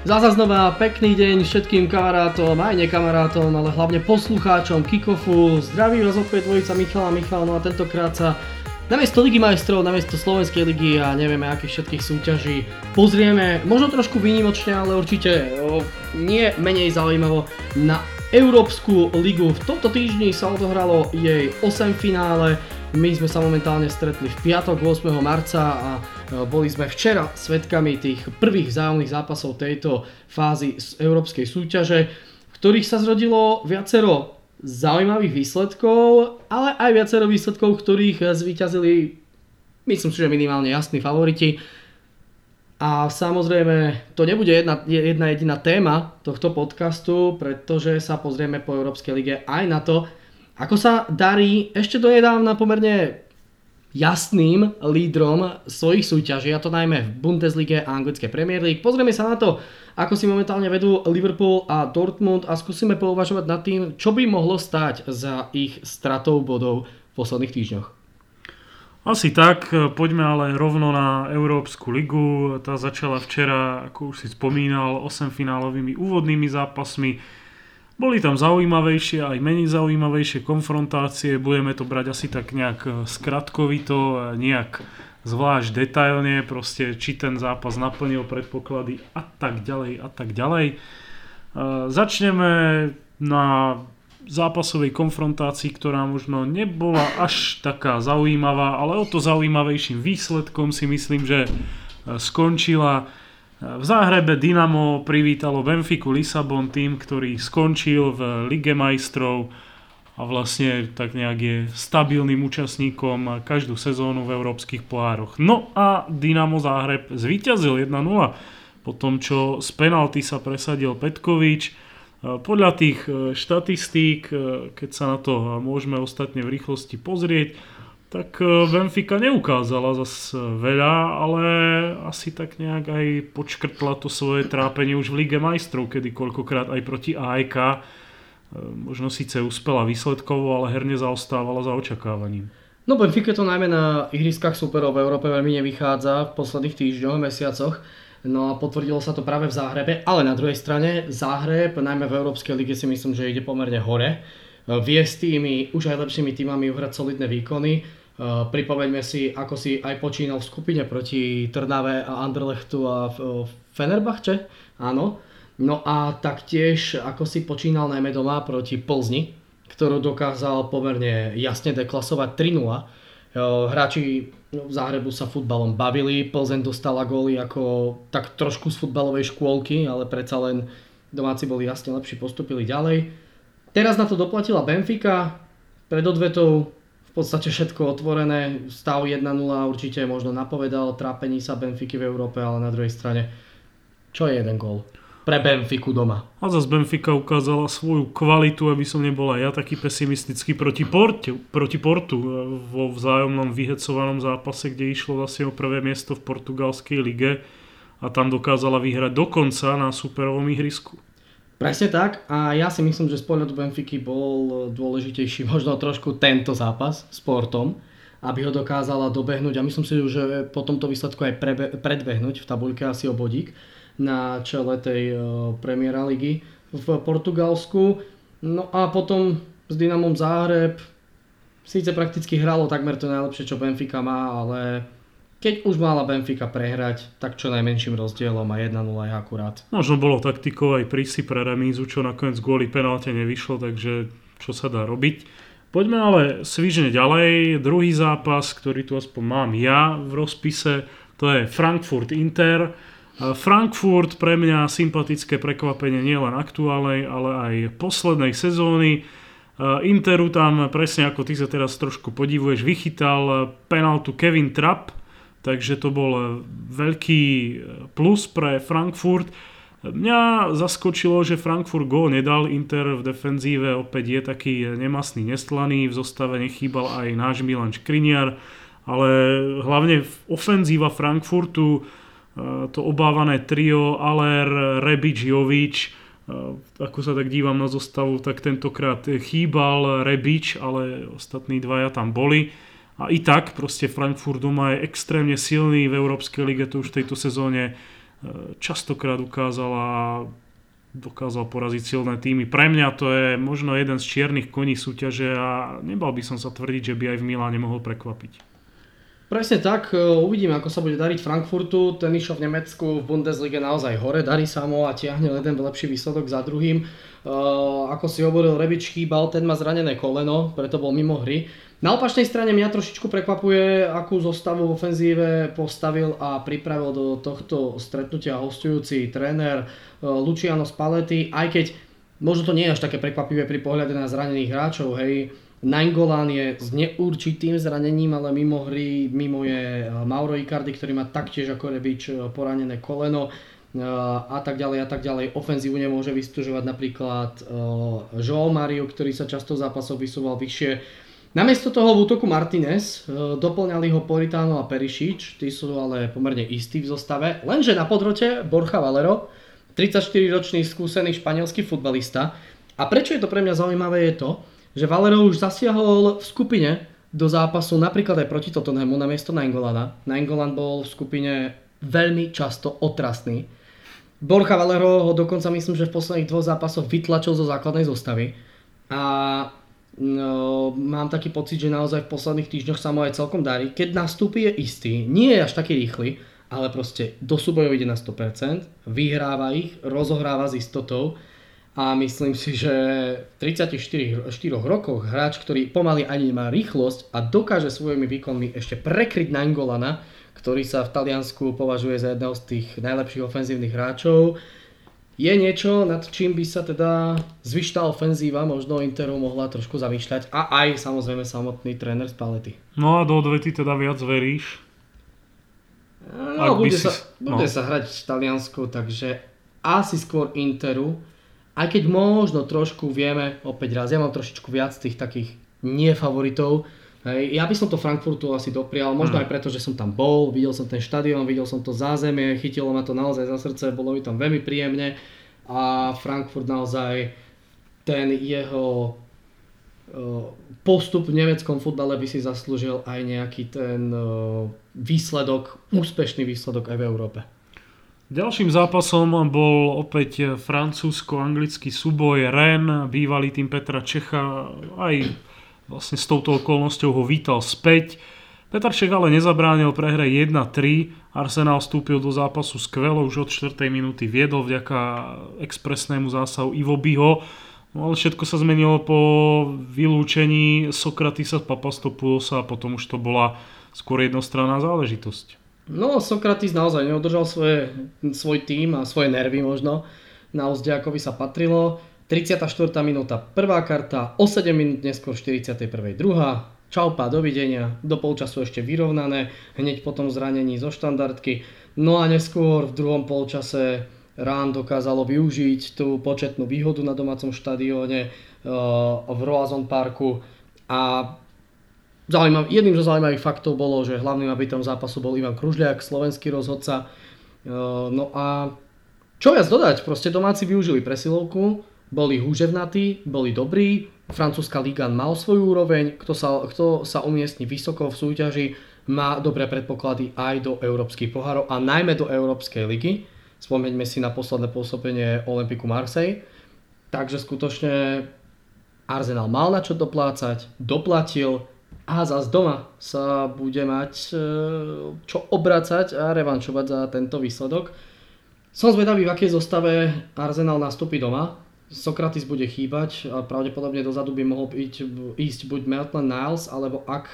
Zasa znova pekný deň všetkým kamarátom, aj nekamarátom, ale hlavne poslucháčom Kick-Offu. Zdraví vás opäť dvojica Michal a Michal, no a tentokrát sa namiesto Ligy majstrov, namiesto Slovenskej ligy a nevieme akých všetkých súťaží pozrieme, možno trošku výnimočne, ale určite nie menej zaujímavo na Európsku ligu. V tomto týždni sa odohralo jej 8 finále. My sme sa momentálne stretli v piatok 8. marca a boli sme včera svedkami tých prvých vzájomných zápasov tejto fázy z európskej súťaže, v ktorých sa zrodilo viacero zaujímavých výsledkov, ale aj viacero výsledkov, ktorých zvíťazili, myslím si, že minimálne jasní favoriti. A samozrejme, to nebude jedna jediná téma tohto podcastu, pretože sa pozrieme po Európskej lige aj na to, ako sa darí ešte donedávna pomerne jasným lídrom svojich súťaží, a to najmä v Bundeslige a anglickej Premier League. Pozrieme sa na to, ako si momentálne vedú Liverpool a Dortmund a skúsime pouvažovať nad tým, čo by mohlo stáť za ich stratou bodov v posledných týždňoch. Asi tak, poďme ale rovno na Európsku ligu. Tá začala včera, ako už si spomínal, 8-finálovými úvodnými zápasmi. Boli tam zaujímavejšie aj menej zaujímavejšie konfrontácie, budeme to brať asi tak nejak skratkovito, nejak zvlášť detailne, proste či ten zápas naplnil predpoklady a tak ďalej a tak ďalej. Začneme na zápasovej konfrontácii, ktorá možno nebola až taká zaujímavá, ale o to zaujímavejším výsledkom si myslím, že skončila. V Záhrebe Dynamo privítalo Benfiku Lisabon, tým, ktorý skončil v Lige majstrov a vlastne tak nejak je stabilným účastníkom každú sezónu v európskych pohároch. No a Dynamo Záhreb zvíťazil 1-0 po tom, čo z penalty sa presadil Petkovič. Podľa tých štatistík, keď sa na to môžeme ostatne v rýchlosti pozrieť, tak Benfica neukázala zas veľa, ale asi tak nejak aj počkrtla to svoje trápenie už v Lige majstrov, kedy koľkokrát aj proti AEK možno síce uspela výsledkovo, ale herne zaostávala za očakávaním. No Benfica to najmä na ihriskách superov v Európe veľmi nevychádza v posledných týždňoch, mesiacoch. No a potvrdilo sa to práve v Záhrebe, ale na druhej strane Záhreb, najmä v Európskej lige, si myslím, že ide pomerne hore. Vie s tými už aj lepšími tímami uhrať solidné výkony. Pripomeňme si, ako si aj počínal v skupine proti Trnave a Anderlechtu a Fenerbahče, áno. No a taktiež, ako si počínal najmä doma proti Plzni, ktorú dokázal pomerne jasne deklasovať 3-0. Hráči v Záhrebu sa futbalom bavili, Plzeň dostala góly ako tak trošku z futbalovej škôlky, ale predsa len domáci boli jasne lepší, postupili ďalej. Teraz na to doplatila Benfica, pred odvetou v podstate všetko otvorené, stav 1-0 určite možno napovedal trápení sa Benfiky v Európe, ale na druhej strane, čo je jeden gól pre Benfiku doma? A zase Benfica ukázala svoju kvalitu, aby som nebol aj ja taký pesimistický proti Portu vo vzájomnom vyhecovanom zápase, kde išlo vlastne o prvé miesto v portugalskej lige a tam dokázala vyhrať dokonca na superovom ihrisku. Presne tak a ja si myslím, že z pohľadu Benfiky bol dôležitejší možno trošku tento zápas s Portom, aby ho dokázala dobehnúť a myslím si, že po tomto výsledku aj predbehnúť v tabuľke asi o bodík na čele tej Premier ligy v Portugalsku. No a potom s Dynamom Záhreb síce prakticky hralo takmer to najlepšie, čo Benfica má, ale keď už mala Benfica prehrať, tak čo najmenším rozdielom a 1-0 je akurát. Možno bolo taktikou aj prísi pre remízu, čo nakoniec kvôli penálte nevyšlo, takže čo sa dá robiť. Poďme ale svižne ďalej. Druhý zápas, ktorý tu aspoň mám ja v rozpise, to je Frankfurt-Inter. Frankfurt pre mňa sympatické prekvapenie nielen aktuálnej, ale aj poslednej sezóny. Interu tam, presne ako ty sa teraz trošku podivuješ, vychytal penáltu Kevin Trapp, takže to bol veľký plus pre Frankfurt. Mňa zaskočilo, že Frankfurt gól nedal, Inter v defenzíve opäť je taký nemastný, nestlaný, v zostave nechýbal aj náš Milan Škriniar, ale hlavne ofenzíva Frankfurtu, to obávané trio Aller, Rebic, Jovic, ako sa tak dívam na zostavu, tak tentokrát chýbal Rebic, ale ostatní dvaja tam boli. A i tak proste Frankfurt doma je extrémne silný v Európskej lige, to už v tejto sezóne častokrát dokázal poraziť silné týmy. Pre mňa to je možno jeden z čiernych koní súťaže a nebal by som sa tvrdiť, že by aj v Miláne mohol prekvapiť. Presne tak, uvidíme, ako sa bude dariť Frankfurtu. Ten išiel v Nemecku v Bundeslige naozaj hore, darí sa mu a tiahne jeden lepší výsledok za druhým. Ako si hovoril, Rebič chýbal, ten má zranené koleno, preto bol mimo hry. Na opačnej strane mňa trošičku prekvapuje, akú zostavu v ofenzíve postavil a pripravil do tohto stretnutia hostujúci tréner Luciano Spalletti, aj keď možno to nie je až také prekvapivé pri pohľade na zranených hráčov, hej. Nainggolan je s neurčitým zranením, ale mimo hry, mimo je Mauro Icardi, ktorý má taktiež ako Rebič poranené koleno a tak ďalej. Ofenzívu nemôže vystužovať napríklad João Mario, ktorý sa často v zápasoch vysúval vyššie. Namiesto toho v útoku Martinez, doplňali ho Politano a Perišič, tí sú ale pomerne istí v zostave, lenže na podrote Borja Valero, 34-ročný skúsený španielský futbalista. A prečo je to pre mňa zaujímavé je to, že Valero už zasiahol v skupine do zápasu napríklad aj proti Tottenhamu namiesto Nainggolana. Nainggolan bol v skupine veľmi často otrasný. Borja Valero ho dokonca myslím, že v posledných 2 zápasoch vytlačil zo základnej zostavy. A mám taký pocit, že naozaj v posledných týždňoch sa mu aj celkom darí. Keď nastúpi je istý, nie je až taký rýchly, ale proste do súbojov ide na 100%, vyhráva ich, rozohráva s istotou. A myslím si, že v 34 rokoch hráč, ktorý pomaly ani nemá rýchlosť a dokáže svojimi výkonmi ešte prekryť Nainggolana, ktorý sa v Taliansku považuje za jedného z tých najlepších ofenzívnych hráčov, je niečo, nad čím by sa teda zvyšná ofenzíva možno Interu mohla trošku zamýšľať a aj samozrejme samotný tréner Spalletti. No a do odvety teda viac veríš? No, bude sa hrať v Taliansku, takže asi skôr Interu. Aj keď možno trošku vieme, opäť raz, ja mám trošičku viac tých takých nie-favoritov. Hej. Ja by som to Frankfurtu asi doprial, možno aj preto, že som tam bol, videl som ten štadión, videl som to zázemie, chytilo ma to naozaj za srdce, bolo mi tam veľmi príjemne a Frankfurt naozaj ten jeho postup v nemeckom futbale by si zaslúžil aj nejaký ten výsledok, úspešný výsledok aj v Európe. Ďalším zápasom bol opäť francúzsko-anglický súboj Rennes, bývalý tým Petra Čecha, aj vlastne s touto okolnosťou ho vítal späť. Petr Čech ale nezabránil prehre 1-3, Arsenal vstúpil do zápasu skvelo, už od 4. minúty viedol vďaka expresnému zásahu Ivo Biho, no ale všetko sa zmenilo po vylúčení Sokratisa z Papastopoulosa a potom už to bola skôr jednostranná záležitosť. No, Sokratis naozaj neudržal svoj tím a svoje nervy možno na uzde, ako by sa patrilo. 34. minúta prvá karta, o 7 minút neskôr 41. druhá. Čaupa, dovidenia, do polčasu ešte vyrovnané, hneď potom zranení zo štandardky. No a neskôr v druhom polčase Rennes dokázalo využiť tú početnú výhodu na domácom štadióne v Roazhon Parku a jedným zo zaujímavých faktov bolo, že hlavným arbitrom zápasu bol Ivan Kružľák, slovenský rozhodca. No a čo viac dodať, proste domáci využili presilovku, boli húževnatí, boli dobrí, francúzska liga má svoju úroveň, kto sa umiestni vysoko v súťaži, má dobré predpoklady aj do európskych pohárov a najmä do Európskej ligy. Spomeňme si na posledné pôsobenie Olympiku Marseille. Takže skutočne Arsenal mal na čo doplácať, doplatil, a zás doma sa bude mať čo obracať a revanšovať za tento výsledok. Som zvedavý, v akej zostave Arsenal nastúpi doma. Sokratis bude chýbať a pravdepodobne dozadu by mohol ísť buď Maitland-Niles, alebo ak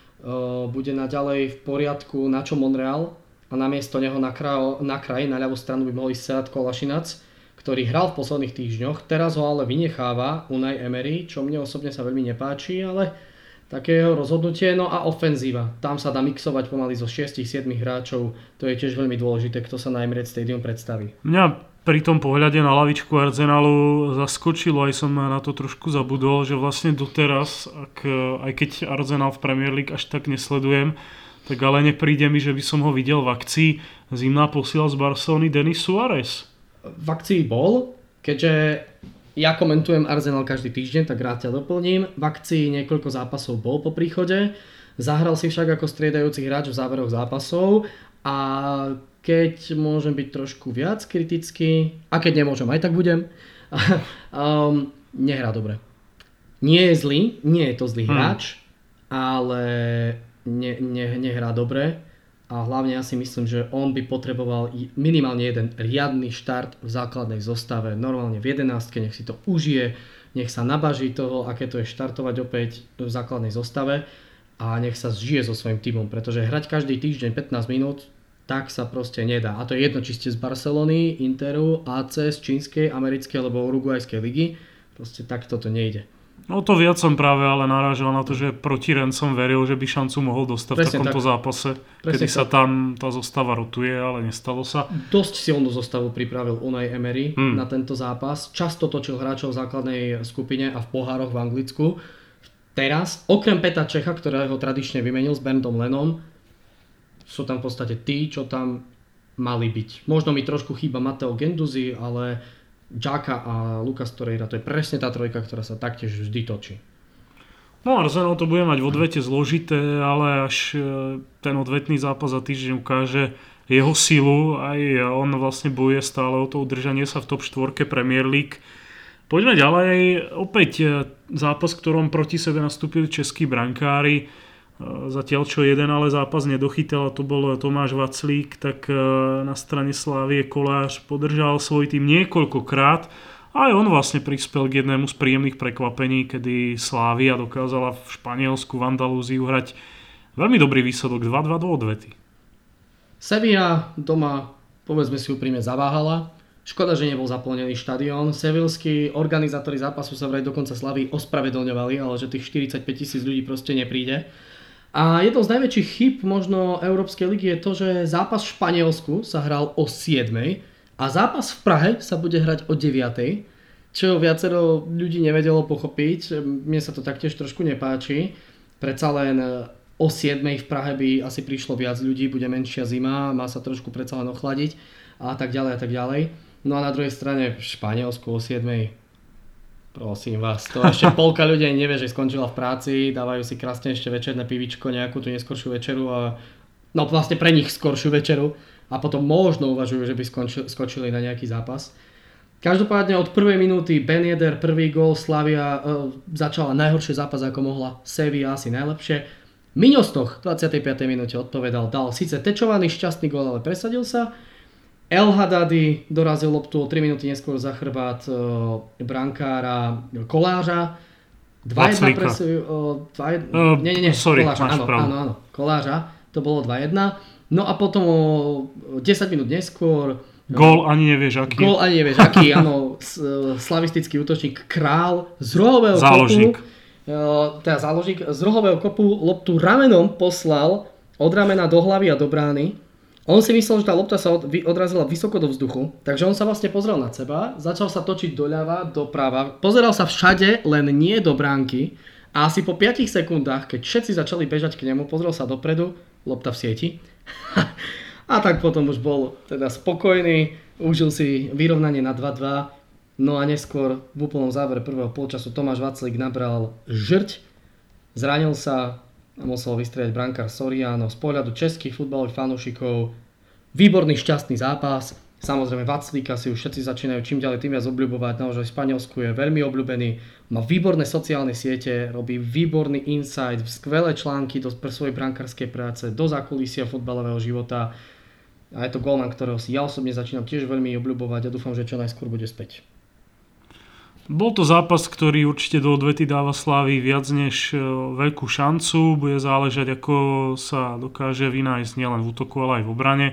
bude naďalej v poriadku Nacho Monreal a namiesto neho na kraj, na ľavú stranu by mohol ísť Sead Kolasinac, ktorý hral v posledných týždňoch. Teraz ho ale vynecháva Unai Emery, čo mne osobne sa veľmi nepáči, ale takého rozhodnutie. No a ofenzíva. Tam sa dá mixovať pomaly zo 6-7 hráčov. To je tiež veľmi dôležité, kto sa na Emirates Stadium predstaví. Mňa pri tom pohľade na lavičku Arsenalu zaskočilo, aj som na to trošku zabudol, že vlastne doteraz, aj keď Arsenal v Premier League až tak nesledujem, tak ale nepríde mi, že by som ho videl v akcii. Zimná posiela z Barcelony Denis Suárez. V akcii bol, keďže ja komentujem Arsenal každý týždeň, tak rád ťa doplním. V akcii niekoľko zápasov bol po príchode. Zahral si však ako striedajúci hráč v záveroch zápasov A keď môžem byť trošku viac kritický, a keď nemôžem, aj tak budem, nehrá dobre. Nie je zlý, nie je to zlý hráč, ale nehrá dobre. A hlavne ja si myslím, že on by potreboval minimálne jeden riadny štart v základnej zostave. Normálne v 11, nech si to užije, nech sa nabaží toho, aké to je štartovať opäť v základnej zostave a nech sa zžije so svojím tímom, pretože hrať každý týždeň 15 minút, tak sa proste nedá. A to je jedno, či ste z Barcelony, Interu, AC, z čínskej, americkej alebo uruguajskej ligy. Proste takto to nejde. No to viac som práve ale narážal na to, že proti Rencom veril, že by šancu mohol dostať v takomto zápase, kedy sa tam tá zostava rotuje, ale nestalo sa. Dosť silnú zostavu pripravil Unai Emery na tento zápas. Často točil hráčov v základnej skupine a v pohároch v Anglicku. Teraz, okrem Peta Čecha, ktorého tradične vymenil s Berndom Lenom, sú tam v podstate tí, čo tam mali byť. Možno mi trošku chýba Matteo Guendouzi, ale Xhaka a Lucas Torreira, to je presne tá trojka, ktorá sa taktiež vždy točí. No Arsenal to bude mať v odvete zložité, ale až ten odvetný zápas za týždeň ukáže jeho silu. Aj on vlastne bojuje stále o to udržanie sa v top 4 Premier League. Poďme ďalej. Opäť zápas, v ktorom proti sebe nastúpili českí brankári. Zatiaľ čo jeden ale zápas nedochytal, a to bol Tomáš Vaclík, tak na strane Slávie Kolář podržal svoj tým niekoľkokrát a aj on vlastne prispel k jednému z príjemných prekvapení, kedy Slávia dokázala v Španielsku v Andalúzii uhrať veľmi dobrý výsledok 2-2 do odvety. Sevilla doma, povedzme si úprimne, zaváhala. Škoda, že nebol zaplnený štadión. Sevilskí organizátori zápasu sa vraj dokonca Slavii ospravedlňovali, ale že tých 45 000 ľudí proste nepríde. A jednou z najväčších chýb možno Európskej ligy je to, že zápas v Španielsku sa hral o 7 a zápas v Prahe sa bude hrať o 9, čo viacero ľudí nevedelo pochopiť. Mne sa to taktiež trošku nepáči. Predsa len o 7 v Prahe by asi prišlo viac ľudí, bude menšia zima, má sa trošku predsa len ochladiť a tak ďalej a tak ďalej. No a na druhej strane v Španielsku o 7, prosím vás, to ešte polka ľudí nevie, že skončila v práci, dávajú si krásne ešte večerné pivičko, nejakú tú neskoršiu večeru a no vlastne pre nich skoršiu večeru a potom možno uvažujú, že by skočili na nejaký zápas. Každopádne od prvej minúty Ben Yedder, prvý gól, Slavia začala najhorší zápas ako mohla, Sevilla asi najlepšie. Miňo Stoch v 25. minúte odpovedal, dal síce tečovaný šťastný gól, ale presadil sa. El Haddadi dorazil loptu o 3 minúty neskôr za chrbát brankára Koláža. 2-1 áno, Koláža. To bolo 2-1. No a potom o 10 minút neskôr Gól ani nevieš aký, áno, slavistický útočník Král z rohového kopu. Záložník z rohového kopu loptu ramenom poslal od ramena do hlavy a do brány. On si myslel, že tá lopta sa odrazila vysoko do vzduchu, takže on sa vlastne pozrel nad seba, začal sa točiť doľava, doprava, pozeral sa všade, len nie do bránky a asi po 5 sekundách, keď všetci začali bežať k nemu, pozrel sa dopredu, lopta v sieti a tak potom už bol teda spokojný, užil si vyrovnanie na 2-2, no a neskôr v úplnom závere prvého polčasu Tomáš Vaclík nabral žrť, zranil sa, musel vystrieľať brankár Soriano. Z pohľadu českých futbalových fanúšikov výborný šťastný zápas. Samozrejme Vaclíka si už všetci začínajú čím ďalej tým viac obľubovať. Naozaj v Španielsku je veľmi obľúbený. Má výborné sociálne siete, robí výborný insight, skvelé články pre svoje brankárskej práce, do zákulisia futbalového života. A je to gólman, ktorého si ja osobne začínam tiež veľmi obľubovať a dúfam, že čo najskôr bude späť. Bol to zápas, ktorý určite do odvety dáva Slávii viac než veľkú šancu. Bude záležať, ako sa dokáže vynájsť nielen v útoku, ale aj v obrane.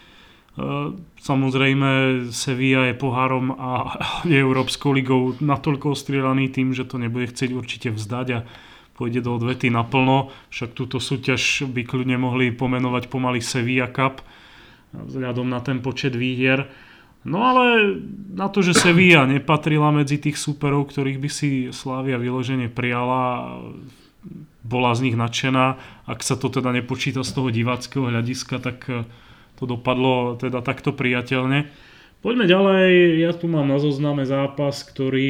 Samozrejme, Sevilla je pohárom a Európskou ligou natoľko ostrieľaný tým, že to nebude chcieť určite vzdať a pôjde do odvety naplno. Však túto súťaž by kľudne mohli pomenovať pomaly Sevilla Cup vzhľadom na ten počet výhier. No ale na to, že Sevilla nepatrila medzi tých súperov, ktorých by si Slavia vyložene prijala, bola z nich nadšená. Ak sa to teda nepočíta z toho diváckeho hľadiska, tak to dopadlo teda takto priateľne. Poďme ďalej, ja tu mám na zozname zápas, ktorý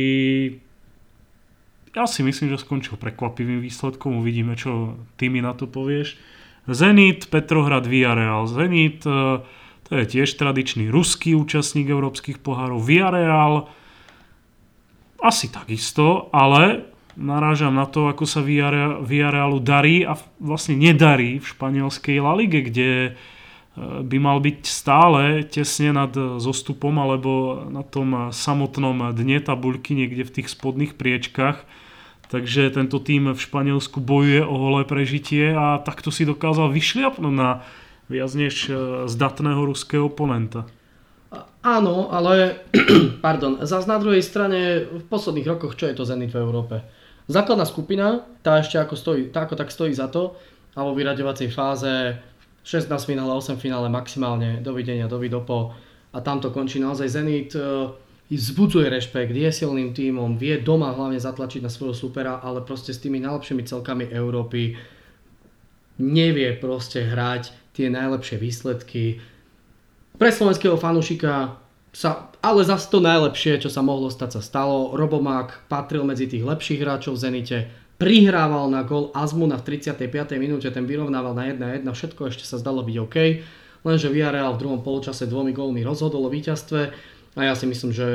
ja si myslím, že skončil prekvapivým výsledkom. Uvidíme, čo ty mi na to povieš. Zenit, Petrohrad, Villarreal. Zenit, to je tiež tradičný ruský účastník európskych pohárov. Villarreal asi takisto, ale narážam na to, ako sa Villarrealu darí a vlastne nedarí v španielskej La Lige, kde by mal byť stále tesne nad zostupom alebo na tom samotnom dne tabuľky, niekde v tých spodných priečkách. Takže tento tím v Španielsku bojuje o holé prežitie a takto si dokázal vyšliapnúť na viac než zdatného ruského oponenta. Áno, ale zas na druhej strane v posledných rokoch, čo je to Zenit v Európe? Základná skupina, tá ešte ako tak stojí za to a vo vyraďovacej fáze 16 finále, 8 finále maximálne, dovidenia, dovidopo a tam to končí naozaj. Zenit vzbudzuje rešpekt, je silným tímom, vie doma hlavne zatlačiť na svojho supera, ale proste s tými najlepšími celkami Európy nevie proste hrať tie najlepšie výsledky. Pre slovenského fanúšika ale zase to najlepšie, čo sa mohlo stať, sa stalo. Robomák patril medzi tých lepších hráčov v Zenite, prihrával na gól Azmuna v 35. minúte, ten vyrovnával na 1-1, všetko ešte sa zdalo byť OK, lenže Villarreal v druhom poločase 2 gólmi rozhodol o víťazstve. A ja si myslím, že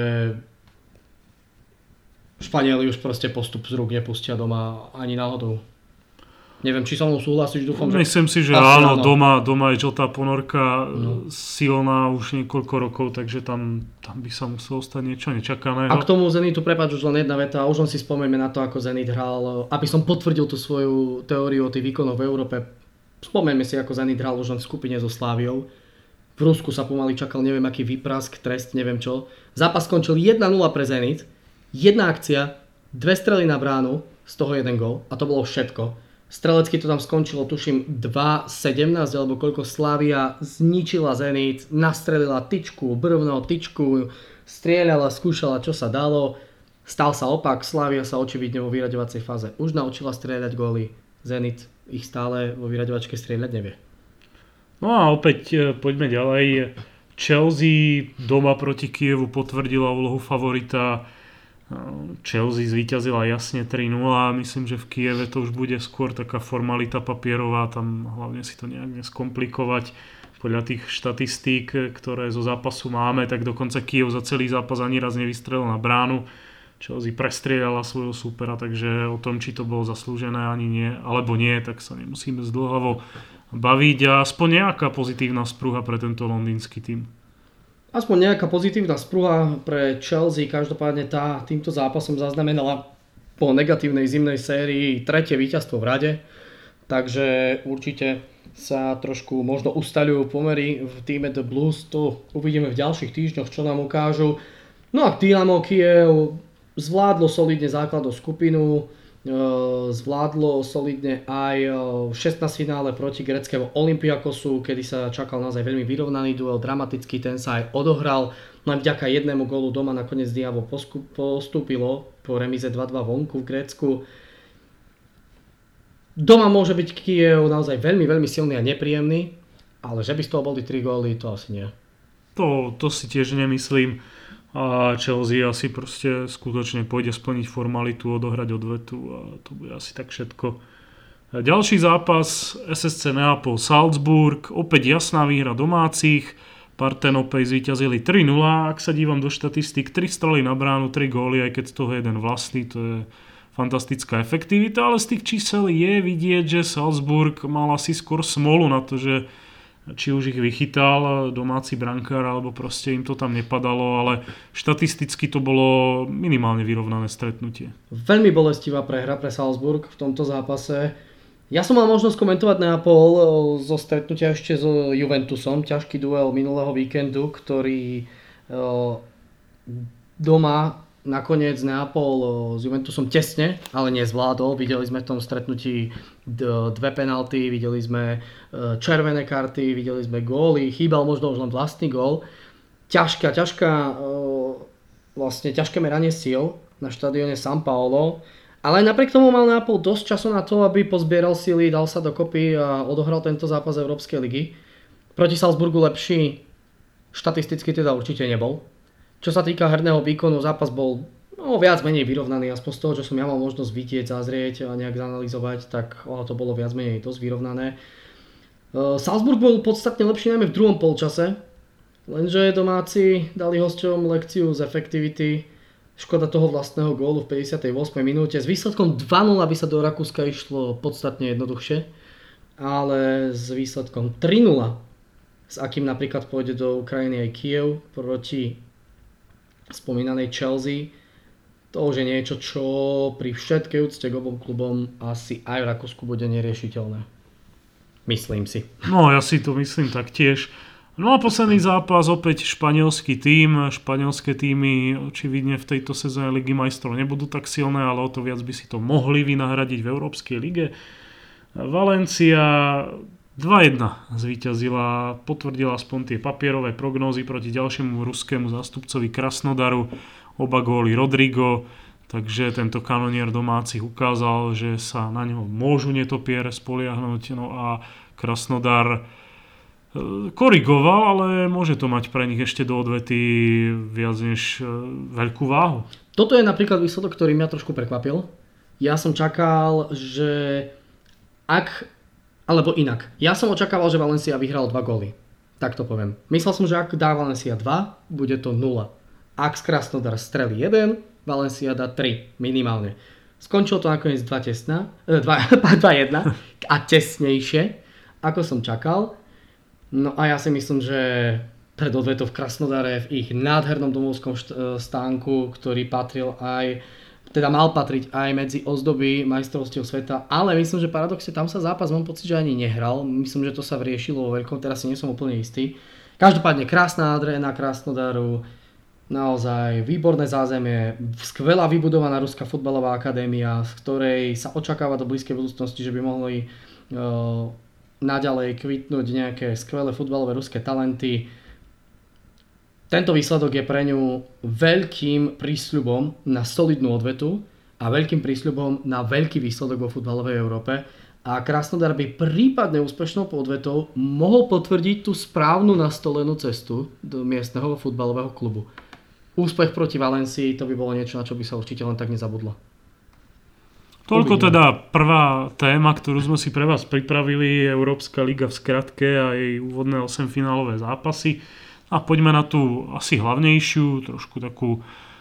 Španieli už proste postup z rúk nepustia doma ani náhodou. Neviem, či so mnou súhlasíš, dúfam, že... Myslím si, že áno. Doma je žltá ponorka silná už niekoľko rokov, takže tam by sa muselo stať niečo nečakaného. A k tomu Zenitu, prepáč, už len jedna veta, už len si spomeňme na to, ako Zenit hral, aby som potvrdil tú svoju teóriu o tých výkonoch v Európe. Spomeňme si, ako Zenit hral už len v skupine so Sláviou. V Rusku sa pomaly čakal neviem aký výprask, trest, neviem čo. Zápas skončil 1-0 pre Zenit, jedna akcia, 2 strely na bránu, z toho 1 gól a to bolo všetko. Strelecky to tam skončilo, tuším 2-17 alebo koľko. Slavia zničila Zenit, nastrelila tyčku, brvno, tyčku, strieľala, skúšala čo sa dalo. Stal sa opak, Slavia sa očividne vo vyraďovacej fáze už naučila strieľať góly. Zenit ich stále vo vyraďovačke strieľať nevie. No a opäť poďme ďalej. Chelsea doma proti Kievu potvrdila úlohu favorita. Chelsea zvíťazila jasne 3-0. Myslím, že v Kieve to už bude skôr taká formalita papierová. Tam hlavne si to nejak neskomplikovať. Podľa tých štatistík, ktoré zo zápasu máme, tak dokonca Kiev za celý zápas ani raz nevystrelil na bránu. Chelsea prestrieľala svojho súpera, takže o tom, či to bolo zaslúžené ani nie, alebo nie, tak sa nemusíme zdĺhavo baviť a aspoň nejaká pozitívna sprúha pre tento londýnsky tím. Aspoň nejaká pozitívna sprúha pre Chelsea, každopádne týmto zápasom zaznamenala po negatívnej zimnej sérii 3. víťazstvo v rade, takže určite sa trošku možno ustaľujú pomery v týme The Blues, to uvidíme v ďalších týždňoch, čo nám ukážu. No a Dynamo Kiev zvládlo solidne základnú skupinu, zvládlo solidne aj 16 finále proti gréckemu Olympiakosu, kedy sa čakal naozaj veľmi vyrovnaný duel, dramatický, ten sa aj odohral. Len vďaka jednému gólu doma nakoniec Dynamo postúpilo po remize 2-2 vonku v Grécku. Doma môže byť Kiev naozaj veľmi, veľmi silný a nepríjemný, ale že by z toho boli 3 góly, to asi nie. To si tiež nemyslím. A Chelsea asi proste skutočne pôjde splniť formalitu, odohrať odvetu a to bude asi tak všetko. A ďalší zápas SSC Neapol Salzburg, opäť jasná výhra domácich, Partenopej zvíťazili 3-0, ak sa dívam do štatistík, 3 strely na bránu, 3 góly, aj keď z toho jeden vlastný, to je fantastická efektivita, ale z tých čísel je vidieť, že Salzburg mal asi skôr smolu na to, že či už ich vychytal domáci brankár, alebo proste im to tam nepadalo, ale štatisticky to bolo minimálne vyrovnané stretnutie. Veľmi bolestivá prehra pre Salzburg v tomto zápase. Ja som mal možnosť komentovať Neapol zo stretnutia ešte s Juventusom, ťažký duel minulého víkendu, ktorý doma nakoniec Neapol s Juventusom tesne, ale nezvládol. Videli sme v tom stretnutí 2 penalty, videli sme červené karty, videli sme góly, chýbal možno už len vlastný gól. Ťažké meranie síl na štadióne San Paolo, ale napriek tomu mal Neapol dosť času na to, aby pozbieral síly, dal sa dokopy a odohral tento zápas Európskej ligy. Proti Salzburgu lepší štatisticky teda určite nebol. Čo sa týka herného výkonu, zápas bol viac menej vyrovnaný, aspoň z toho, čo som ja mal možnosť vidieť, zazrieť a nejak zanalizovať, tak to bolo viac menej dosť vyrovnané. Salzburg bol podstatne lepší najmä v druhom polčase, lenže domáci dali hosťom lekciu z efektivity. Škoda toho vlastného gólu v 58. minúte. S výsledkom 2-0 by sa do Rakúska išlo podstatne jednoduchšie, ale s výsledkom 3-0, s akým napríklad pôjde do Ukrajiny aj Kiev proti spomínanej Chelsea, to už je niečo, čo pri všetkej úcte k obom klubom asi aj v Rakúsku bude neriešiteľné. Myslím si. No, ja si to myslím taktiež. No a posledný zápas, opäť španielský tím. Španielské týmy očividne v tejto sezóne Ligy majstrov nebudú tak silné, ale o to viac by si to mohli vynahradiť v Európskej lige. Valencia 2-1 zvíťazila, potvrdila aspoň tie papierové prognózy proti ďalšiemu ruskému zástupcovi Krasnodaru. Oba góly Rodrigo, takže tento kanonier domácich ukázal, že sa na neho môžu netopiere spoliahnuť. No a Krasnodar korigoval, ale môže to mať pre nich ešte do odvety viac než veľkú váhu. Toto je napríklad výsledok, ktorý mňa trošku prekvapil. Ja som čakal, že alebo inak. Ja som očakával, že Valencia vyhral 2 góly. Tak to poviem. Myslel som, že ak dá Valencia 2, bude to 0. Ak z Krasnodar strelí 1, Valencia dá 3 minimálne. Skončilo to nakoniec 2-1 a tesnejšie, ako som čakal. No a ja si myslím, že pred odvetou v Krasnodare v ich nádhernom domovskom stánku, ktorý mal patriť aj medzi ozdoby majstrovstiev sveta, ale myslím, že paradoxne tam sa zápas, mám pocit, že ani nehral. Myslím, že to sa vriešilo vo veľkom, teraz si nie som úplne istý. Každopádne krásna adréna Krasnodaru, naozaj výborné zázemie, skvelá vybudovaná ruská futbalová akadémia, z ktorej sa očakáva do blízkej budúcnosti, že by mohli naďalej kvitnúť nejaké skvelé futbalové ruské talenty. Tento výsledok je pre ňu veľkým prísľubom na solidnú odvetu a veľkým prísľubom na veľký výsledok vo futbalovej Európe. A Krasnodar by prípadne úspešnou podvetou mohol potvrdiť tú správnu nastolenú cestu do miestneho futbalového klubu. Úspech proti Valencii, to by bolo niečo, na čo by sa určite len tak nezabudlo. Toľko teda prvá téma, ktorú sme si pre vás pripravili, Európska liga v skratke a jej úvodné 8-finálové zápasy. A poďme na tú asi hlavnejšiu, trošku takú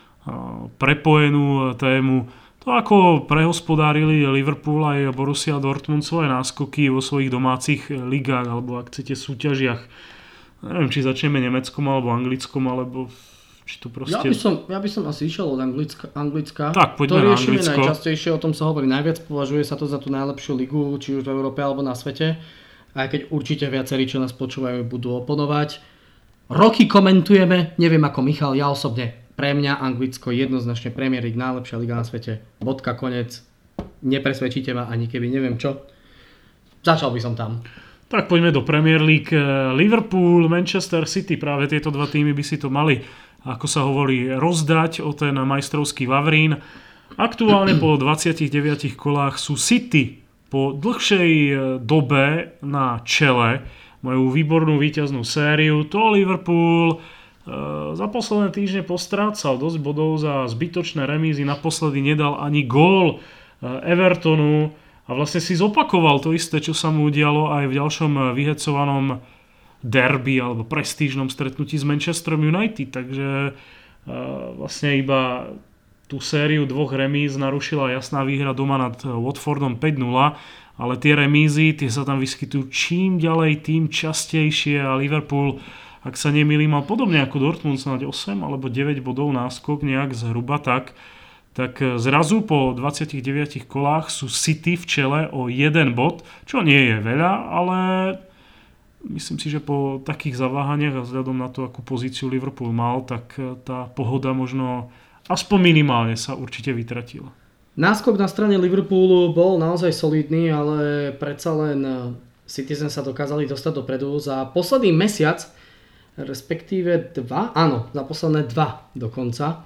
prepojenú tému. To, ako prehospodárili Liverpool aj Borussia Dortmund svoje náskoky vo svojich domácich ligách, alebo ak chcete súťažiach. Neviem, či začneme Nemeckom alebo Anglickom, alebo či to proste... Ja by som asi išiel od Anglicka. Tak, poďme na Anglicko. To riešime najčastejšie, o tom sa hovorí najviac, považuje sa to za tú najlepšiu ligu, či už v Európe alebo na svete. Aj keď určite viacerí, čo nás počúvajú, budú oponovať. Roky komentujeme, neviem ako Michal, ja osobne. Pre mňa Anglicko jednoznačne Premier League, najlepšia liga na svete. Bodka, konec. Nepresvedčíte ma ani keby neviem čo. Začal by som tam. Tak poďme do Premier League. Liverpool, Manchester City, práve tieto dva týmy by si to mali, ako sa hovorí, rozdať o ten majstrovský vavrín. Aktuálne po 29 kolách sú City po dlhšej dobe na čele. Majú výbornú víťaznú sériu. To Liverpool za posledné týždne postrácal dosť bodov za zbytočné remízy. Naposledy nedal ani gól Evertonu a vlastne si zopakoval to isté, čo sa mu udialo aj v ďalšom vyhecovanom derby alebo prestížnom stretnutí s Manchesterom United. Takže vlastne iba tú sériu dvoch remíz narušila jasná výhra doma nad Watfordom 5-0, ale tie remízy, tie sa tam vyskytujú čím ďalej, tým častejšie a Liverpool, ak sa nemýlim, mal podobne ako Dortmund, snáď 8 alebo 9 bodov náskok, nejak zhruba tak zrazu po 29 kolách sú City v čele o 1 bod, čo nie je veľa, ale myslím si, že po takých zaváhaniach a vzhľadom na to, akú pozíciu Liverpool mal, tak tá pohoda možno aspoň minimálne sa určite vytratila. Náskok na strane Liverpoolu bol naozaj solidný, ale predsa len Citizen sa dokázali dostať dopredu za posledný mesiac, respektíve za posledné 2 dokonca,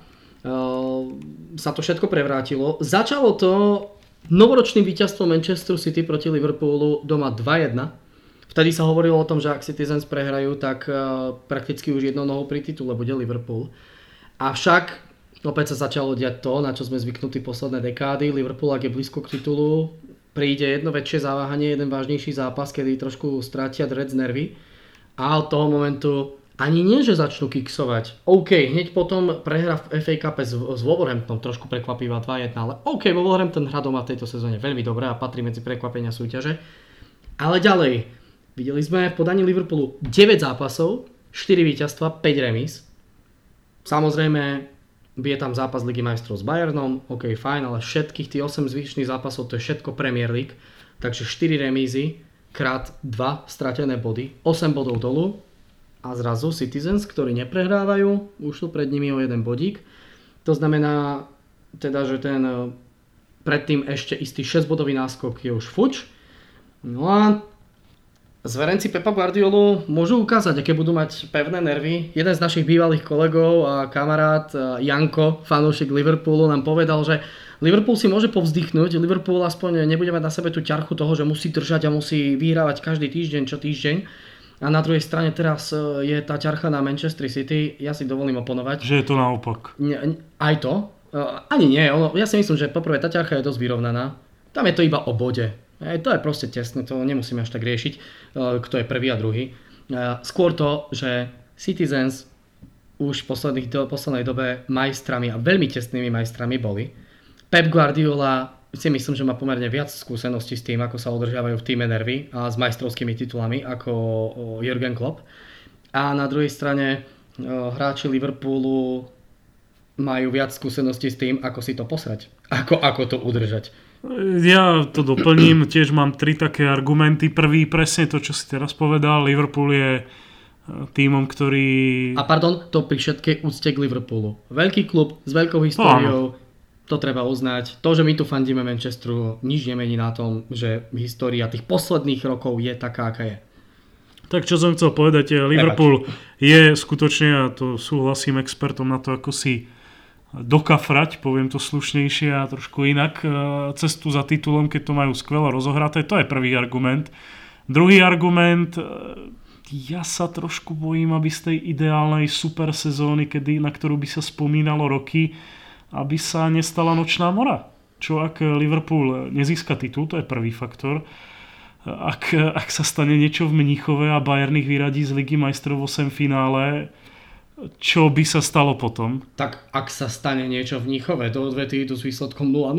sa to všetko prevrátilo. Začalo to novoročným víťazstvom Manchester City proti Liverpoolu doma 2-1. Vtedy sa hovorilo o tom, že ak Citizens prehrajú, tak prakticky už jednou nohou pri titule bude Liverpool. Avšak opäť sa začalo diať to, na čo sme zvyknutí posledné dekády. Liverpool, ak je blízko k titulu, príde jedno väčšie zaváhanie, jeden vážnejší zápas, kedy trošku strátia Reds nervy a od toho momentu ani nie, že začnú kiksovať. OK, hneď potom prehra v FA Cup s Wolverhamptonom, trošku prekvapivá 2-1, ale OK, Wolverhampton hrá doma v tejto sezóne veľmi dobré a patrí medzi prekvapenia súťaže. Ale ďalej, videli sme v podaní Liverpoolu 9 zápasov, 4 víťazstva, 5 remíz. Samozrejme, je tam zápas Ligy majstrov s Bayernom, OK, fajn, ale všetkých tých 8 zvyšných zápasov, to je všetko Premier League, takže 4 remízy krát 2 stratené body, 8 bodov dolu a zrazu Citizens, ktorí neprehrávajú, už sú pred nimi o jeden bodík. To znamená teda, že ten predtým ešte istý 6-bodový náskok je už fuč. No a zverenci Pepa Guardiolu môžu ukázať, aké budú mať pevné nervy. Jeden z našich bývalých kolegov a kamarát Janko, fanúšik Liverpoolu, nám povedal, že Liverpool si môže povzdychnúť, Liverpool aspoň nebude mať na sebe tú ťarchu toho, že musí držať a musí vyhrávať každý týždeň čo týždeň. A na druhej strane teraz je tá ťarcha na Manchester City, ja si dovolím oponovať. Že je to naopak. Aj to? Ani nie, ja si myslím, že poprvé tá ťarcha je dosť vyrovnaná. Tam je to iba o bode. To je proste tesné, to nemusíme až tak riešiť, kto je prvý a druhý. Skôr to, že Citizens už v poslednej dobe majstrami a veľmi tesnými majstrami boli. Pep Guardiola si myslím, že má pomerne viac skúseností s tým, ako sa udržiavajú v týme nervy a s majstrovskými titulami ako Jürgen Klopp. A na druhej strane hráči Liverpoolu majú viac skúseností s tým, ako si to posrať, ako to udržať. Ja to doplním, tiež mám 3 také argumenty. Prvý, presne to, čo si teraz povedal, Liverpool je tímom, ktorý... A pardon, to pri všetkej úcte k Liverpoolu. Veľký klub s veľkou históriou, to treba uznať. To, že my tu fandíme Manchesteru, nič nemení na tom, že história tých posledných rokov je taká, aká je. Tak čo som chcel povedať, Liverpool je skutočne, a to súhlasím expertom na to, ako si dokafrať, poviem to slušnejšie a trošku inak, cestu za titulom, keď to majú skvelo rozohraté. To je prvý argument. Druhý argument, ja sa trošku bojím, aby z tej ideálnej super sezóny, na ktorú by sa spomínalo roky, aby sa nestala nočná mora. Čo ak Liverpool nezíska titul, to je prvý faktor. Ak sa stane niečo v Mníchove a Bayern ich vyradí z Ligy majstrov v 8 finále, čo by sa stalo potom? Tak ak sa stane niečo v Mníchove, do odvety idú s výsledkom 0-0.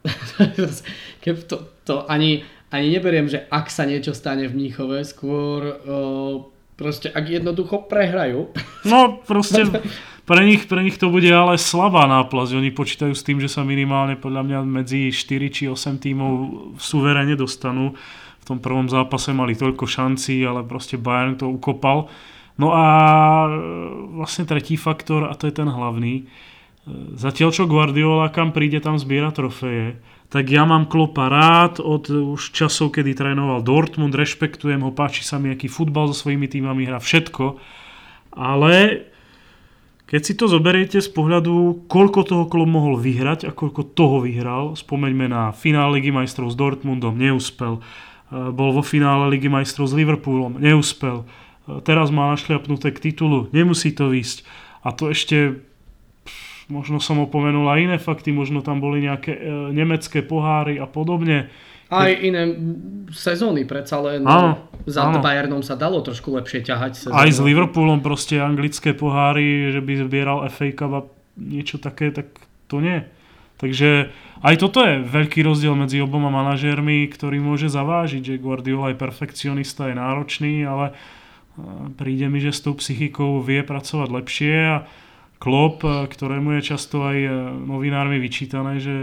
to ani neberiem, že ak sa niečo stane v Mníchove, skôr proste ak jednoducho prehrajú. No proste pre nich to bude ale slabá náplasť. Oni počítajú s tým, že sa minimálne podľa mňa medzi 4 či 8 tímov suverene dostanú. V tom prvom zápase mali toľko šancí, ale proste Bayern to ukopal. No a vlastne tretí faktor, a to je ten hlavný. Zatiaľ čo Guardiola kam príde, tam zbiera trofeje, tak ja mám Kloppa rád od už časov, kedy trénoval Dortmund, rešpektujem ho, páči sa mi, aký futbal so svojimi tímami hrá, všetko. Ale keď si to zoberiete z pohľadu, koľko toho Klopp mohol vyhrať a koľko toho vyhral, spomeňme na finále Ligy majstrov s Dortmundom, neúspel. Bol vo finále Ligy majstrov s Liverpoolom, neúspel. Teraz má našľapnuté k titulu, nemusí to výsť. A to ešte, možno som opomenul aj iné fakty, možno tam boli nejaké nemecké poháry a podobne. Aj iné sezóny predsa len za Bayernom sa dalo trošku lepšie ťahať sezónu. Aj s Liverpoolom proste anglické poháry, že by zbieral FA Cup a niečo také, tak to nie. Takže aj toto je veľký rozdiel medzi oboma manažérmi, ktorý môže zavážiť, že Guardiola je perfekcionista, je náročný, ale príde mi, že s tou psychikou vie pracovať lepšie a Klopp, ktorému je často aj novinármi vyčítané, že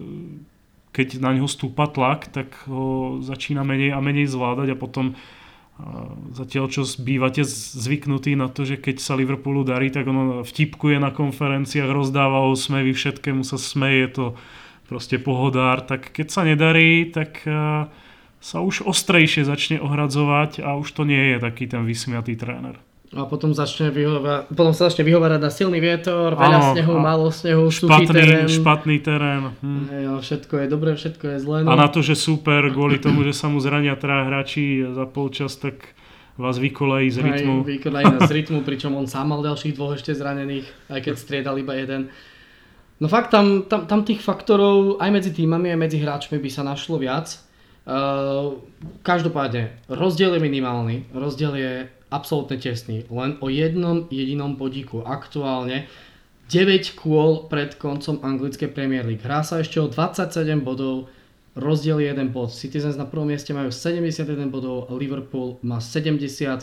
keď na ňo stúpa tlak, tak ho začína menej a menej zvládať a potom zatiaľ čo bývate zvyknutí na to, že keď sa Liverpoolu darí, tak on vtipkuje na konferenciách, rozdáva úsmevy, všetkému sa smeje, je to proste pohodár, tak keď sa nedarí, tak sa už ostrejšie začne ohradzovať a už to nie je taký ten vysmiatý tréner. A potom sa začne vyhovárať na silný vietor, veľa snehu, málo snehu, suchý terén. Špatný terén. Všetko je dobré, všetko je zlé. No. A na to, že super, kvôli tomu, že sa mu zrania traja hráči za polčas, tak vás vykolejí z rytmu. Vykolejí nás z rytmu, pričom on sám mal ďalších 2 ešte zranených, aj keď striedal iba jeden. No fakt, tam tých faktorov aj medzi týmami, aj medzi hráčmi by sa našlo viac. Každopádne, rozdiel je minimálny, rozdiel je absolútne tesný, len o jednom jedinom bodíku. Aktuálne 9 kôl pred koncom anglickej Premier League. Hrá sa ešte o 27 bodov, rozdiel je 1 bod. Citizens na prvom mieste majú 71 bodov, Liverpool má 70.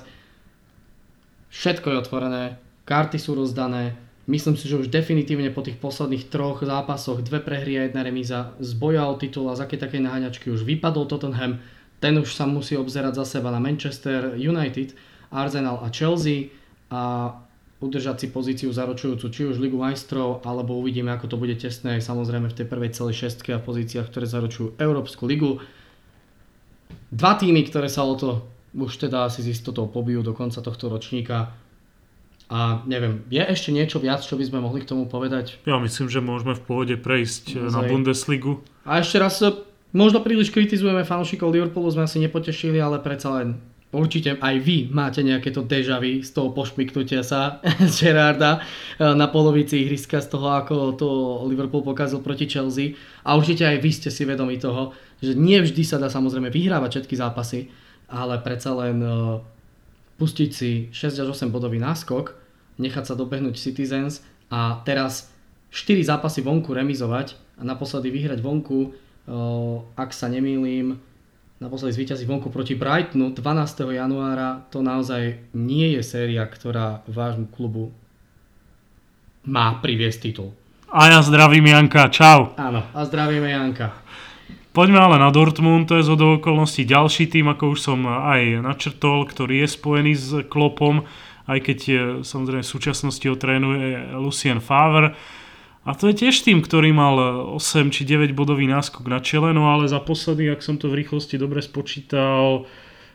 Všetko je otvorené, karty sú rozdané. Myslím si, že už definitívne po tých posledných 3 zápasoch, 2 prehry a 1 remíza z boja o titul a z takej naháňačky už vypadol Tottenham. Ten už sa musí obzerať za seba na Manchester United, Arsenal a Chelsea a udržať si pozíciu zaručujúcu či už Ligu majstrov, alebo uvidíme, ako to bude tesné samozrejme v tej prvej celej šestke a pozíciách, ktoré zaručujú Európsku ligu. 2 týmy, ktoré sa o to už teda asi s istotou pobijú do konca tohto ročníka. A neviem, je ešte niečo viac, čo by sme mohli k tomu povedať? Ja myslím, že môžeme v pohode prejsť na Bundesligu. A ešte raz, možno príliš kritizujeme fanúšikov Liverpoolu, sme asi nepotešili, ale predsa len určite aj vy máte nejaké to déjà vu z toho pošmyknutia sa Gerrarda na polovici ihriska, z toho, ako to Liverpool pokazil proti Chelsea. A určite aj vy ste si vedomi toho, že nie vždy sa dá samozrejme vyhrávať všetky zápasy, ale predsa len pustiť si 6 až 8 bodový náskok, nechať sa dobehnúť Citizens a teraz 4 zápasy vonku remizovať a naposledy vyhrať vonku, ak sa nemýlim, naposledy zvíťaziť vonku proti Brightonu 12. januára, to naozaj nie je séria, ktorá vášmu klubu má priviesť titul. A ja zdravím Janka, čau. Áno, a zdravíme Janka. Poďme ale na Dortmund, to je zhodou okolností ďalší tým, ako už som aj načrtol, ktorý je spojený s Kloppom, aj keď samozrejme v súčasnosti ho trénuje Lucien Favre. A to je tiež tým, ktorý mal 8 či 9 bodový náskok na čele, no ale za posledný, ak som to v rýchlosti dobre spočítal,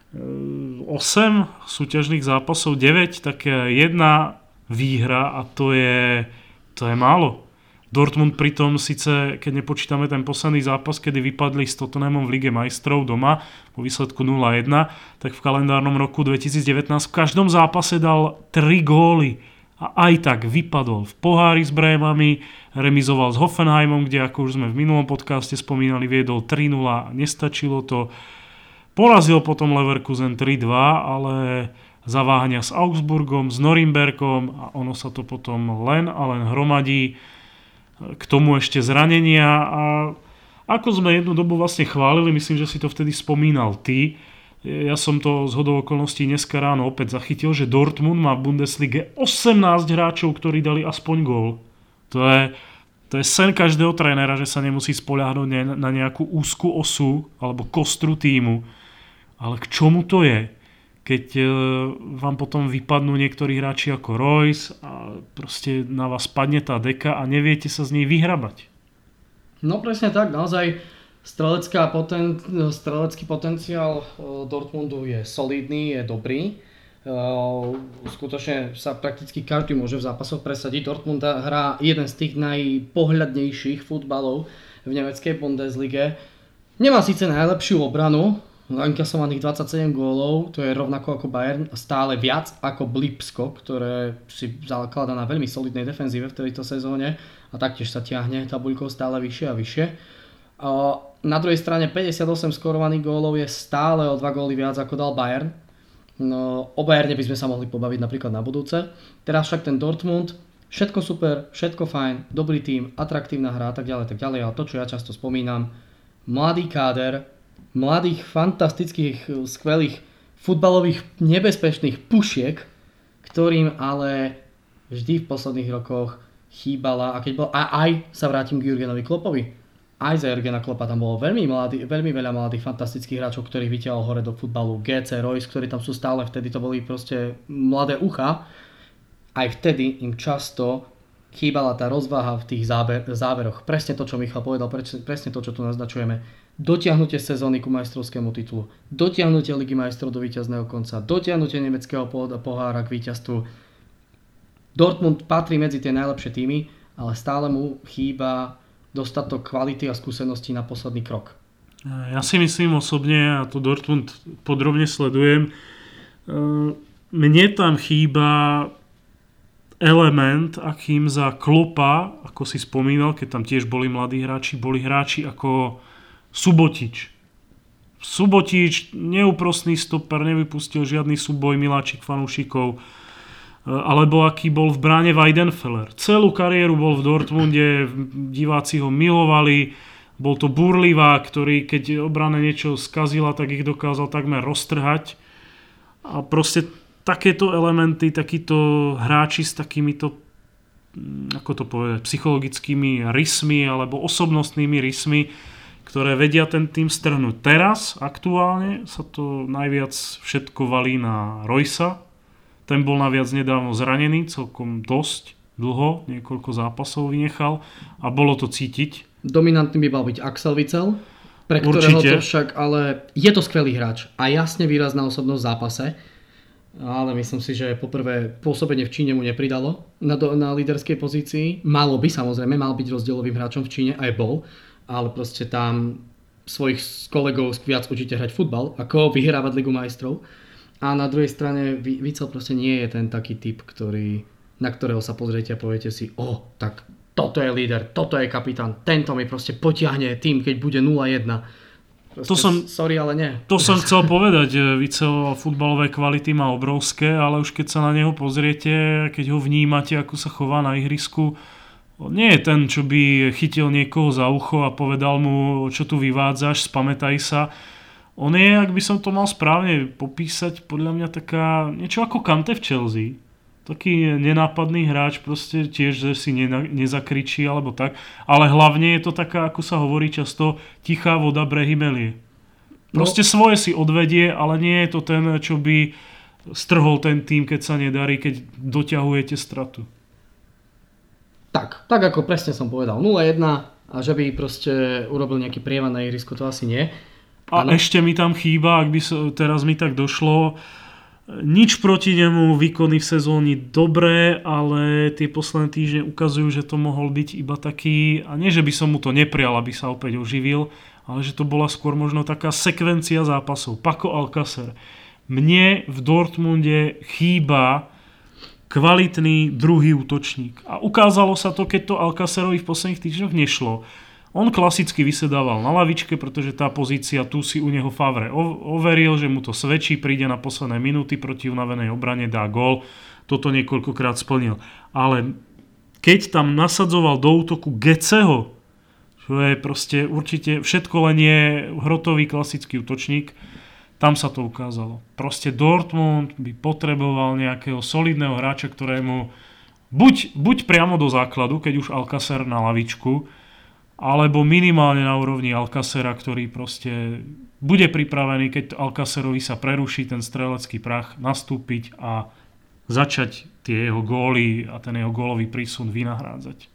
8 súťažných zápasov, 9, tak jedna výhra a to je málo. Dortmund pritom síce, keď nepočítame ten posledný zápas, kedy vypadli s Tottenhamom v Lige majstrov doma po výsledku 0-1, tak v kalendárnom roku 2019 v každom zápase dal 3 góly a aj tak vypadol v pohári s Brémami, remizoval s Hoffenheimom, kde ako už sme v minulom podcaste spomínali, viedol 3-0, nestačilo to. Porazil potom Leverkusen 3-2, ale zaváhania s Augsburgom, s Norimbergom a ono sa to potom len a len hromadí. K tomu ešte zranenia a ako sme jednu dobu vlastne chválili, myslím, že si to vtedy spomínal ty, ja som to zhodou okolností dneska ráno opäť zachytil, že Dortmund má v Bundeslige 18 hráčov, ktorí dali aspoň gól. To je sen každého trénera, že sa nemusí spoľahnúť na nejakú úzku osu alebo kostru tímu. Ale k čomu to je? Keď vám potom vypadnú niektorí hráči ako Royce a proste na vás padne tá deka a neviete sa z nej vyhrabať. No presne tak, naozaj strelecký potenciál Dortmundu je solidný, je dobrý. Skutočne sa prakticky každý môže v zápasoch presadiť. Dortmund hrá jeden z tých najpohľadnejších futbalov v nemeckej Bundeslige. Nemá síce najlepšiu obranu, inkasovaných 27 gólov, to je rovnako ako Bayern, stále viac ako Lipsko, ktoré si zakladá na veľmi solidnej defenzíve v tejto sezóne a taktiež sa tiahne tabuľkou stále vyššie a vyššie. Na druhej strane 58 skorovaných gólov je stále o 2 góly viac ako dal Bayern. No, o Bayerne by sme sa mohli pobaviť napríklad na budúce. Teraz však ten Dortmund, všetko super, všetko fajn, dobrý tím, atraktívna hra a tak ďalej, ale to, čo ja často spomínam, mladý káder, mladých, fantastických, skvelých, futbalových, nebezpečných pušiek, ktorým ale vždy v posledných rokoch chýbala, a keď bol, aj sa vrátim k Jurgenovi Kloppovi, aj za Jurgena Kloppa tam bolo veľmi veľa mladých, fantastických hráčov, ktorých vytiahol hore do futbalu, GC, Royce, ktorí tam sú stále, vtedy to boli proste mladé ucha, aj vtedy im často chýbala tá rozvaha v tých záveroch. Presne to, čo Michal povedal, presne to, čo tu naznačujeme. Dotiahnutie sezóny ku majstrovskému titulu, dotiahnutie Ligy majstrov do víťazného konca, dotiahnutie nemeckého pohára k víťazstvu. Dortmund patrí medzi tie najlepšie týmy, ale stále mu chýba dostatok kvality a skúseností na posledný krok. Ja si myslím osobne, a to Dortmund podrobne sledujem, mne tam chýba element, akým za Kloppa, ako si spomínal, keď tam tiež boli mladí hráči, boli hráči ako Subotič. Subotič, neúprosný stoper, nevypustil žiadny súboj, miláčik fanúšikov. Alebo aký bol v bráne Weidenfeller. Celú kariéru bol v Dortmunde, diváci ho milovali, bol to burlivák, ktorý keď obrana niečo skazila, tak ich dokázal takmer roztrhať. A proste takéto elementy, takíto hráči s takýmito, ako to povedať, psychologickými rysmi alebo osobnostnými rysmi, ktoré vedia ten tým strhnúť. Teraz, aktuálne, sa to najviac všetko valí na Reusa. Ten bol naviac nedávno zranený, celkom dosť dlho, niekoľko zápasov vynechal a bolo to cítiť. Dominantný by mal byť Axel Witsel, pre ktorého to však, ale je to skvelý hráč a jasne výrazná osobnosť v zápase. Ale myslím si, že poprvé pôsobenie v Číne mu nepridalo na líderskej pozícii. Malo by samozrejme, mal byť rozdielovým hráčom v Číne, aj bol. Ale proste tam svojich kolegov viac učíte hrať futbal, ako vyhrávať Ligu majstrov. A na druhej strane Witsel proste nie je ten taký typ, na ktorého sa pozriete a poviete si, tak toto je líder, toto je kapitán, tento mi proste potiahne tým, keď bude 0-1. Sorry, ale nie. To som chcel povedať, Witsel futbalové kvality má obrovské, ale už keď sa na neho pozriete, keď ho vnímate, ako sa chová na ihrisku, nie je ten, čo by chytil niekoho za ucho a povedal mu, čo tu vyvádzaš, spamätaj sa. On je, ak by som to mal správne popísať, podľa mňa taká niečo ako Kante v Chelsea. Taký nenápadný hráč, proste tiež, že si nezakričí alebo tak. Ale hlavne je to taká, ako sa hovorí často, tichá voda brehy melie. Proste svoje si odvedie, ale nie je to ten, čo by strhol ten tým, keď sa nedarí, keď doťahujete stratu. Tak ako presne som povedal, 0-1 a že by proste urobil nejaký prievan na ihrisku, to asi nie. A ešte mi tam chýba, teraz mi tak došlo, nič proti nemu, výkony v sezóni dobré, ale tie posledné týždne ukazujú, že to mohol byť iba taký, a nie že by som mu to neprial, aby sa opäť oživil, ale že to bola skôr možno taká sekvencia zápasov. Paco Alcácer. Mne v Dortmunde chýba kvalitný druhý útočník. A ukázalo sa to, keď to Alcácerovi v posledných týždňoch nešlo. On klasicky vysedával na lavičke, pretože tá pozícia tu si u neho Favre overil, že mu to svedčí, príde na posledné minúty proti unavenej obrane, dá gól. Toto niekoľkokrát splnil. Ale keď tam nasadzoval do útoku Geceho, čo je proste určite všetko len je hrotový klasický útočník, tam sa to ukázalo. Proste Dortmund by potreboval nejakého solidného hráča, ktorému buď priamo do základu, keď už Alcácer na lavičku, alebo minimálne na úrovni Alcácera, ktorý proste bude pripravený, keď Alcácerovi sa preruší ten strelecký prach, nastúpiť a začať tie jeho góly a ten jeho gólový prísun vynahrádzať.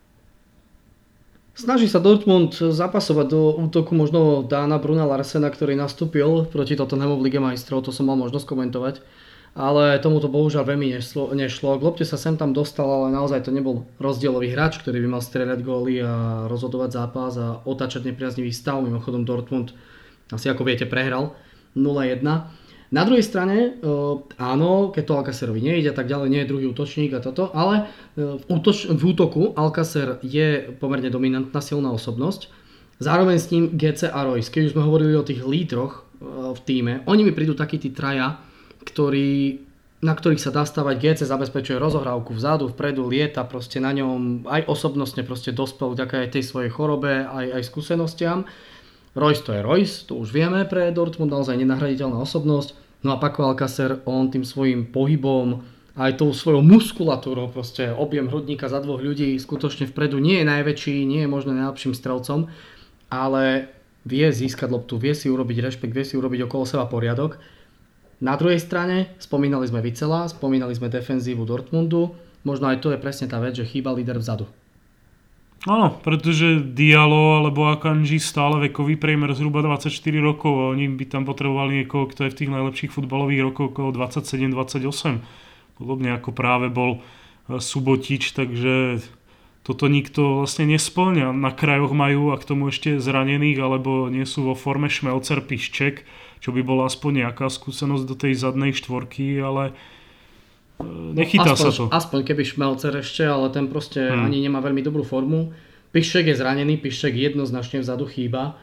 Snaží sa Dortmund zapasovať do útoku možno Dána Bruna Larsena, ktorý nastúpil proti Tottenhamu v Lige majstrov, to som mal možnosť komentovať. Ale tomuto bohužiaľ veľmi nešlo. K lopte sa sem tam dostal, ale naozaj to nebol rozdielový hráč, ktorý by mal strieľať góly a rozhodovať zápas a otáčať nepriaznivý stav. Mimochodom Dortmund, asi ako viete, prehral 0-1. Na druhej strane, áno, keď to Alcácerovi nejde, tak ďalej nie je druhý útočník a toto, ale v útoku Alcácer je pomerne dominantná silná osobnosť. Zároveň s ním Gece a Reus. Keď už sme hovorili o tých lídroch v tíme, oni mi prídu takí tí traja, na ktorých sa dá stavať. Gece zabezpečuje rozohrávku vzadu, vpredu, lieta, proste na ňom aj osobnostne proste dospel vďaka aj tej svojej chorobe, aj skúsenostiam. Reus to je Reus, to už vieme pre Dortmund, naozaj nenahraditeľná osobnosť. No a Paco Alcácer, on tým svojím pohybom, aj tou svojou muskulatúrou, proste objem hrudníka za dvoch ľudí, skutočne vpredu nie je najväčší, nie je možno najlepším strelcom, ale vie získať loptu, vie si urobiť rešpekt, vie si urobiť okolo seba poriadok. Na druhej strane spomínali sme Witsela, spomínali sme defenzívu Dortmundu, možno aj to je presne tá vec, že chýba líder vzadu. Áno, pretože Diallo alebo Akanji stále vekový priemer zhruba 24 rokov a oni by tam potrebovali niekoho, kto je v tých najlepších futbalových rokoch okolo 27-28. Podobne ako práve bol Subotič, takže toto nikto vlastne nesplňa. Na krajoch majú a k tomu ešte zranených, alebo nie sú vo forme Šmelcer, Pišček, čo by bola aspoň nejaká skúsenosť do tej zadnej štvorky, ale nechytá sa to. Aspoň keby Šmelcer ešte, ale ten proste ani nemá veľmi dobrú formu. Pišček je zranený, Pišček jednoznačne vzadu chýba.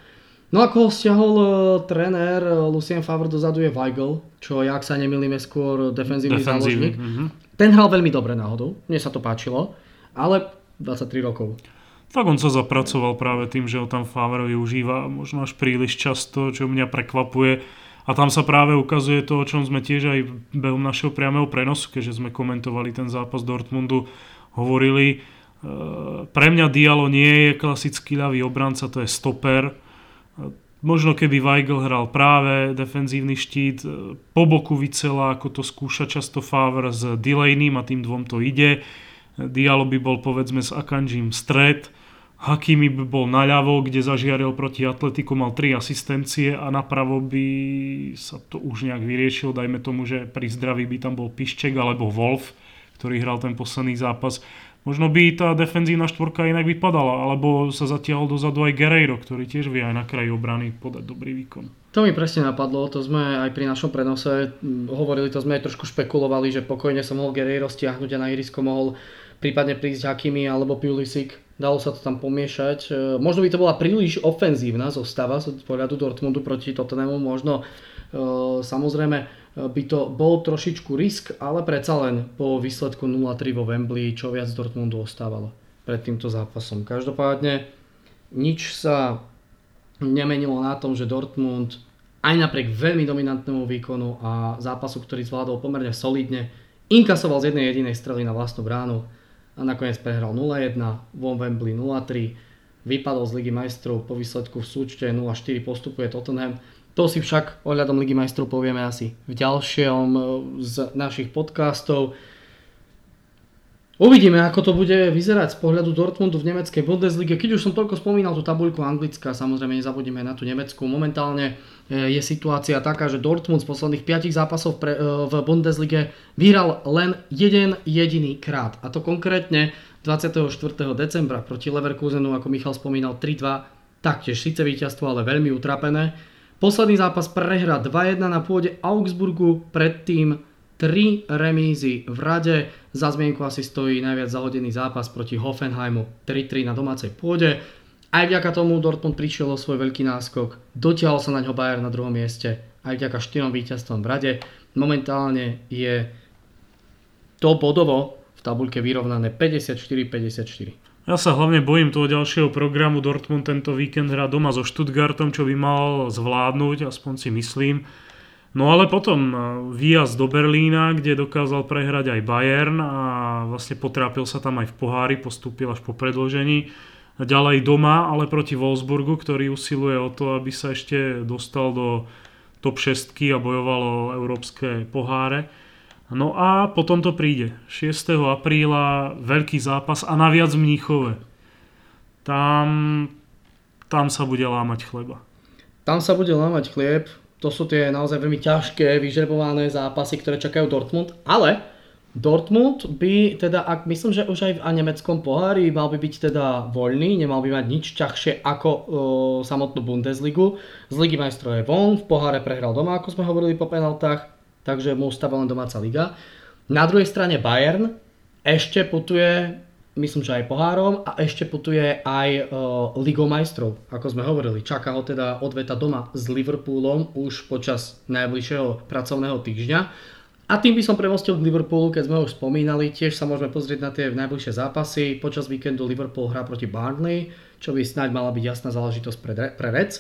No ako ho stiahol tréner Lucien Favre, dozadu je Weigl, čo ja, ak sa nemýlim, je skôr defenzívny záložník. Ten hral veľmi dobre náhodou, mne sa to páčilo, ale 23 rokov. Tak on sa zapracoval práve tým, že ho tam Favre využíva možno až príliš často, čo mňa prekvapuje. A tam sa práve ukazuje to, o čom sme tiež aj behom našeho priameho prenosu, keďže sme komentovali ten zápas Dortmundu, hovorili. Pre mňa Diallo nie je klasický ľavý obranca, to je stoper. Možno keby Weigl hral práve defenzívny štít, po boku Witsela, ako to skúša často Favre s Delaneym a tým dvom to ide. Diallo by bol povedzme s Akanjim stred, Hakimi by bol naľavo, kde zažiaril proti Atletiku, mal 3 asistencie a napravo by sa to už nejak vyriešilo. Dajme tomu, že pri zdraví by tam bol Pišček alebo Wolf, ktorý hral ten posledný zápas. Možno by tá defenzívna štvorka inak vypadala, alebo sa zatiahol dozadu aj Guerreiro, ktorý tiež vie aj na kraji obrany podať dobrý výkon. To mi presne napadlo, to sme aj pri našom prenose hovorili, to sme aj trošku špekulovali, že pokojne sa mohol Guerreiro stiahnuť a na ihrisko mohol prípadne prísť Hakimi alebo Pulisic. Dalo sa to tam pomiešať. Možno by to bola príliš ofenzívna zostava z pohľadu Dortmundu proti Tottenhamu, možno samozrejme by to bol trošičku risk, ale predsa len po výsledku 0-3 vo Wembley, čo viac Dortmundu ostávalo pred týmto zápasom. Každopádne nič sa nemenilo na tom, že Dortmund aj napriek veľmi dominantnému výkonu a zápasu, ktorý zvládol pomerne solidne, inkasoval z jednej jedinej strely na vlastnú bránu a nakoniec prehral 0-1, vo Wembley 0-3, vypadol z Ligy majstrov, po výsledku v súčte 0-4 postupuje Tottenham. To si však ohľadom Ligy majstrov povieme asi v ďalšom z našich podcastov. Uvidíme, ako to bude vyzerať z pohľadu Dortmundu v nemeckej Bundeslige. Keď už som toľko spomínal tú tabuľku anglická, samozrejme nezabudíme na tú nemeckú. Momentálne je situácia taká, že Dortmund z posledných 5 zápasov v Bundeslige vyhral len jeden jediný krát. A to konkrétne 24. decembra proti Leverkusenu, ako Michal spomínal, 3-2. Taktiež síce víťazstvo, ale veľmi utrapené. Posledný zápas prehra 2-1 na pôde Augsburgu, predtým 3 remízy v rade. Za zmienku asi stojí najviac zahodený zápas proti Hoffenheimu 3-3 na domácej pôde. Aj vďaka tomu Dortmund prišiel o svoj veľký náskok, dotiahol sa na ňo Bayern na druhom mieste, aj vďaka 4 víťazstvom v rade. Momentálne je to bodovo v tabuľke vyrovnané 54-54. Ja sa hlavne bojím toho ďalšieho programu. Dortmund tento víkend hrá doma so Stuttgartom, čo by mal zvládnuť, aspoň si myslím. No ale potom výjazd do Berlína, kde dokázal prehrať aj Bayern a vlastne potrápil sa tam aj v pohári, postúpil až po predĺžení. Ďalej doma, ale proti Wolfsburgu, ktorý usiluje o to, aby sa ešte dostal do top 6 a bojoval o európske poháre. No a potom to príde. 6. apríla veľký zápas a naviac v Mníchove. Tam sa bude lámať chleba. Tam sa bude lámať chlieb. To sú tie naozaj veľmi ťažké, vyžrebované zápasy, ktoré čakajú Dortmund. Ale Dortmund by teda, myslím, že už aj v nemeckom pohári mal by byť teda voľný, nemal by mať nič ťažšie ako samotnú Bundesligu. Z Ligy majstrov je von, v poháre prehral doma, ako sme hovorili po penaltách. Takže mu ostáva len domáca liga. Na druhej strane Bayern ešte putuje, myslím, že aj pohárom a ešte putuje aj Ligou majstrov, ako sme hovorili. Čaká ho teda odveta doma s Liverpoolom už počas najbližšieho pracovného týždňa. A tým by som premostil k Liverpoolu, keď sme už spomínali. Tiež sa môžeme pozrieť na tie najbližšie zápasy. Počas víkendu Liverpool hrá proti Burnley, čo by snáď mala byť jasná záležitosť pre Reds.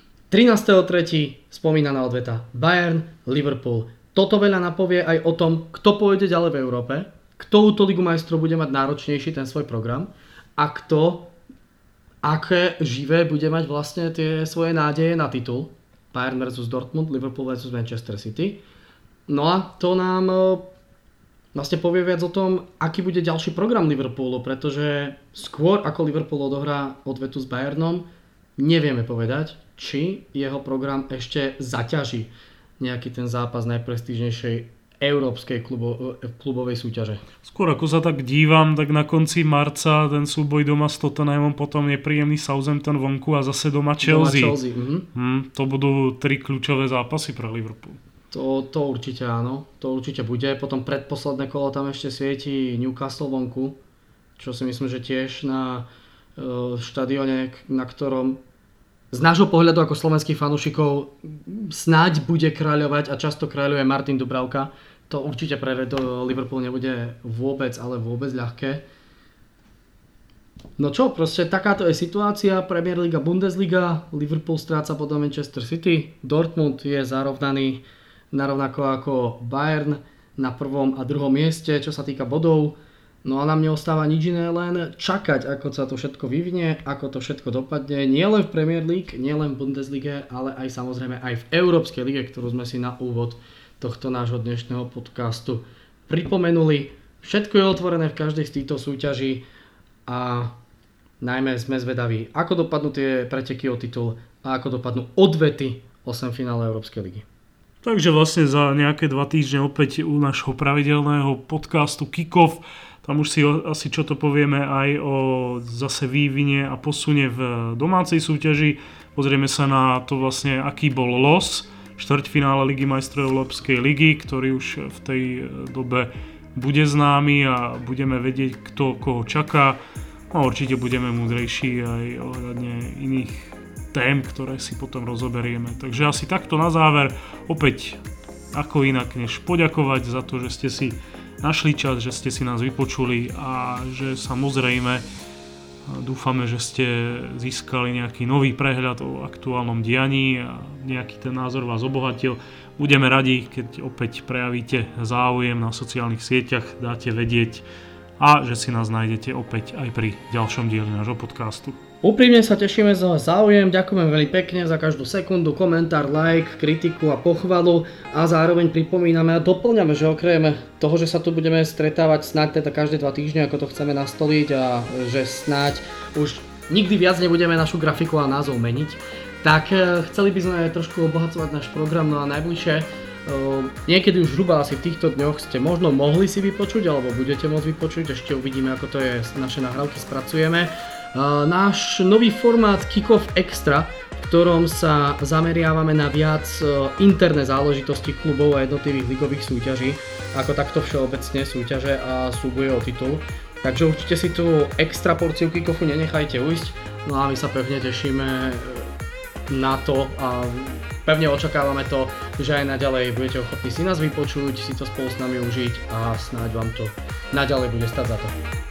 13.3. spomínaná odveta Bayern, Liverpool. Toto veľa napovie aj o tom, kto pôjde ďalej v Európe, kto tú Ligu majstrov bude mať náročnejší ten svoj program a kto, aké živé bude mať vlastne tie svoje nádeje na titul. Bayern versus Dortmund, Liverpool versus Manchester City. No a to nám vlastne povie viac o tom, aký bude ďalší program Liverpoolu, pretože skôr ako Liverpool odohrá odvetu s Bayernom, nevieme povedať, či jeho program ešte zaťaží nejaký ten zápas najprestížnejšej európskej klubovej súťaže. Skôr ako sa tak dívam, tak na konci marca ten súboj doma s Tottenhamom, potom nepríjemný Southampton vonku a zase doma Chelsea. To budú 3 kľúčové zápasy pre Liverpool. To určite áno, to určite bude. Potom predposledné kolo tam ešte svieti Newcastle vonku, čo si myslím, že tiež na štadióne, na ktorom z nášho pohľadu ako slovenských fanúšikov snáď bude kráľovať a často kráľuje Martin Dubravka. To určite pre Liverpool nebude vôbec, ale vôbec ľahké. No čo, proste takáto je situácia, Premier League a Bundesliga, Liverpool stráca podľa Manchester City, Dortmund je zarovnaný narovnako ako Bayern na prvom a druhom mieste, čo sa týka bodov. No a nám neostáva nič iné, len čakať, ako sa to všetko vyvinie, ako to všetko dopadne, nielen v Premier League, nielen v Bundeslige, ale aj samozrejme aj v Európskej lige, ktorú sme si na úvod tohto nášho dnešného podcastu pripomenuli. Všetko je otvorené v každej z týchto súťaží a najmä sme zvedaví, ako dopadnú tie preteky o titul a ako dopadnú odvety 8 finále Európskej ligy. Takže vlastne za nejaké 2 týždne opäť u našho pravidelného podcastu Kick-Off. Tam už si asi čo to povieme aj o zase vývine a posune v domácej súťaži. Pozrieme sa na to vlastne, aký bol los štvrťfinále Ligy majstrov Európskej ligy, ktorý už v tej dobe bude známy a budeme vedieť, kto koho čaká. No určite budeme múdrejší aj ohľadne iných tém, ktoré si potom rozoberieme. Takže asi takto na záver, opäť ako inak než poďakovať za to, že ste si našli čas, že ste si nás vypočuli a že samozrejme dúfame, že ste získali nejaký nový prehľad o aktuálnom dianí a nejaký ten názor vás obohatil. Budeme radi, keď opäť prejavíte záujem na sociálnych sieťach, dáte vedieť a že si nás nájdete opäť aj pri ďalšom dieli nášho podcastu. Úprimne sa tešíme za záujem, ďakujeme veľmi pekne za každú sekundu, komentár, like, kritiku a pochvalu a zároveň pripomíname a doplňame, že okrem toho, že sa tu budeme stretávať snáď teda každé 2 týždne, ako to chceme nastoliť a že snáď už nikdy viac nebudeme našu grafiku a názov meniť, tak chceli by sme trošku obohacovať náš program, no a najbližšie niekedy už zhruba asi v týchto dňoch ste možno mohli si vypočuť alebo budete môcť vypočuť, ešte uvidíme, ako to je, naše nahrávky spracujeme. Náš nový formát Kick-Off Extra, v ktorom sa zameriavame na viac interné záležitosti klubov a jednotlivých ligových súťaží, ako takto všeobecne súťaže a súboje o titul. Takže určite si tú extra porciu Kick-Offu nenechajte ujsť, no a my sa pevne tešíme na to a pevne očakávame to, že aj naďalej budete ochotní si nás vypočuť, si to spolu s nami užiť a snáď vám to naďalej bude stať za to.